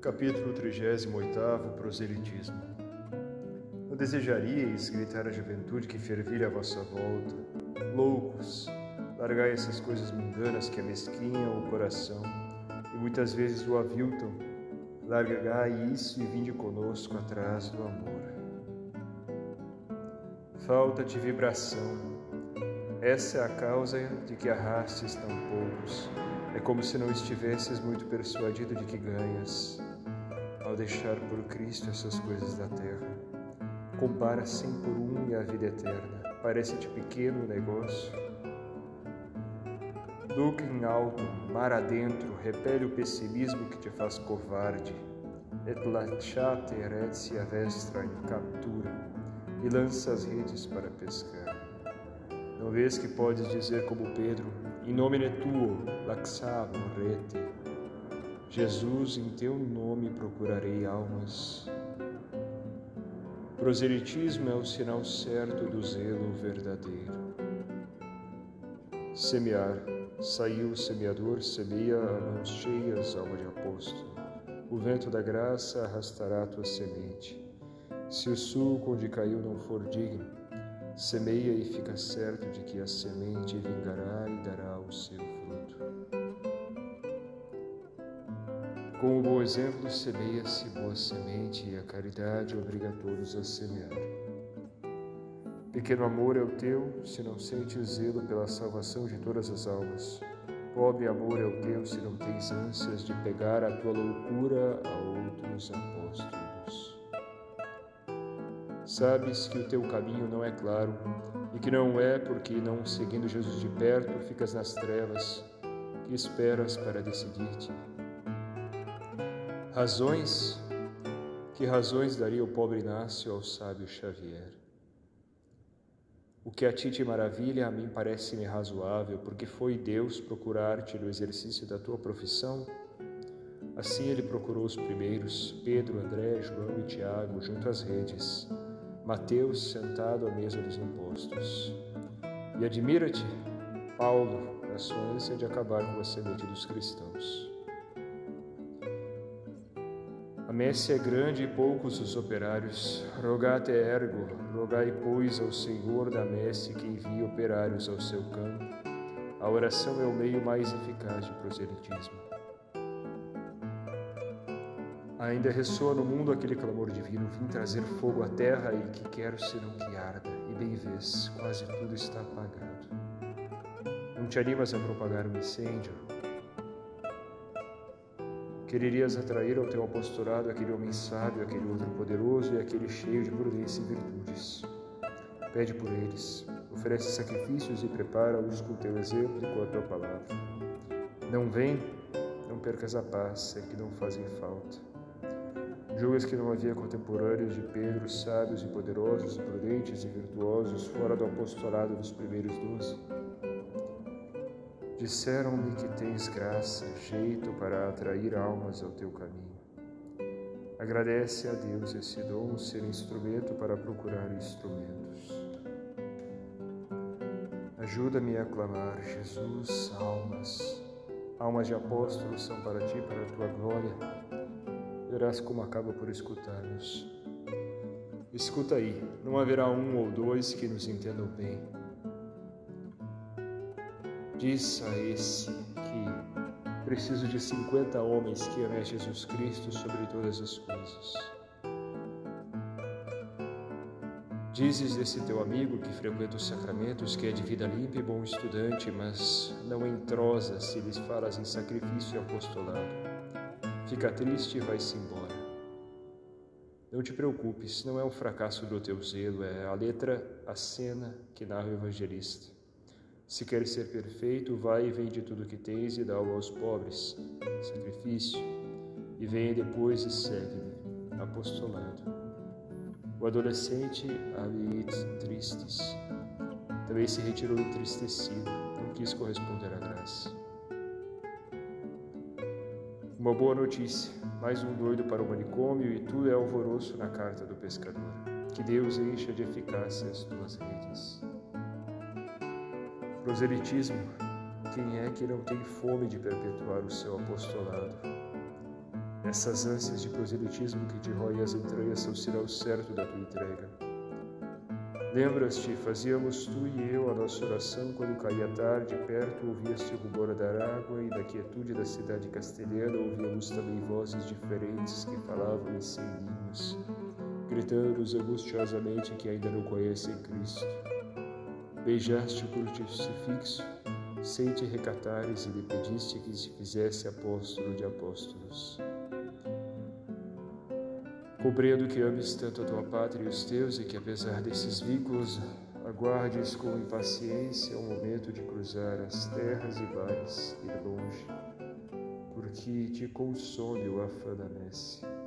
Capítulo 38. Proselitismo. Não desejaríeis gritar à juventude que fervilha à vossa volta: loucos, largai essas coisas mundanas que amesquinham o coração e muitas vezes o aviltam. Largai isso e vinde conosco atrás do amor. Falta de vibração. Essa é a causa de que arrastes tão poucos. É como se não estivesses muito persuadido de que ganhas ao deixar por Cristo essas coisas da terra. Compara 100 por 1 e a vida eterna. Parece-te pequeno o negócio? Duca em alto, mar adentro, repele o pessimismo que te faz covarde. Et lanciate eretia vestra em captura, e lança as redes para pescar. Não vês que podes dizer como Pedro: in nomine tuo laxavo rete. Jesus, em teu nome procurarei almas. Proselitismo é o sinal certo do zelo verdadeiro. Semear. Saiu o semeador, semeia a mãos cheias, alma de apóstolo. O vento da graça arrastará a tua semente. Se o sulco onde caiu não for digno, semeia e fica certo de que a semente vingará e dará o seu fruto. Com o bom exemplo, semeia-se boa semente e a caridade obriga todos a semear. Pequeno amor é o teu, se não sentes zelo pela salvação de todas as almas. Pobre amor é o teu, se não tens ânsias de pegar a tua loucura a outros apóstolos. Sabes que o teu caminho não é claro, e que não é porque, não seguindo Jesus de perto, ficas nas trevas. Que esperas para decidir-te? Razões? Que razões daria o pobre Inácio ao sábio Xavier? O que a ti te maravilha, a mim parece-me razoável, porque foi Deus procurar-te no exercício da tua profissão. Assim ele procurou os primeiros, Pedro, André, João e Tiago, junto às redes, Mateus sentado à mesa dos impostos. E admira-te, Paulo, na sua ânsia de acabar com a semente dos cristãos. A messe é grande e poucos os operários. Rogate ergo, rogai, pois, ao Senhor da messe que envie operários ao seu campo. A oração é o meio mais eficaz de proselitismo. Ainda ressoa no mundo aquele clamor divino: vim trazer fogo à terra, e que quero senão que arda. E bem vês, quase tudo está apagado. Não te animas a propagar um incêndio? Quererias atrair ao teu apostolado aquele homem sábio, aquele outro poderoso e aquele cheio de prudência e virtudes. Pede por eles, oferece sacrifícios e prepara-os com o teu exemplo e com a tua palavra. Não vem, não percas a paz, é que não fazem falta. Julgas que não havia contemporâneos de Pedro, sábios e poderosos, prudentes e virtuosos, fora do apostolado dos primeiros 12? Disseram-me que tens graça, jeito para atrair almas ao teu caminho. Agradece a Deus esse dom, ser instrumento para procurar instrumentos. Ajuda-me a clamar: Jesus, almas de apóstolos são para ti, para a tua glória. Verás como acaba por escutar-nos. Escuta aí, não haverá um ou dois que nos entendam bem. Diz a esse que preciso de 50 homens que amem Jesus Cristo sobre todas as coisas. Dizes desse teu amigo que frequenta os sacramentos que é de vida limpa e bom estudante, mas não entrosa se lhes falas em sacrifício e apostolado. Fica triste e vai-se embora. Não te preocupes, não é um fracasso do teu zelo, é a letra, a cena que narra o evangelista. Se queres ser perfeito, vai e vende tudo o que tens e dá-o aos pobres, sacrifício, e venha depois e segue-me, apostolado. O adolescente habit tristes também se retirou entristecido, não quis corresponder à graça. Uma boa notícia, mais um doido para o manicômio e tudo é alvoroço na carta do pescador. Que Deus encha de eficácia as tuas redes. Proselitismo. Quem é que não tem fome de perpetuar o seu apostolado? Essas ânsias de proselitismo que te roem as entranhas são sinal certo da tua entrega. Lembras-te, fazíamos tu e eu a nossa oração quando caía a tarde, perto ouvias-te o rubor da água e da quietude da cidade castelhana ouvíamos também vozes diferentes que falavam em 100 línguas, gritando-nos angustiosamente que ainda não conhecem Cristo. Beijaste o crucifixo, sem te recatares, e lhe pediste que se fizesse apóstolo de apóstolos. Compreendo que ames tanto a tua pátria e os teus e que, apesar desses vínculos, aguardes com impaciência o momento de cruzar as terras e mares, ir longe, porque te consome o afã da messe.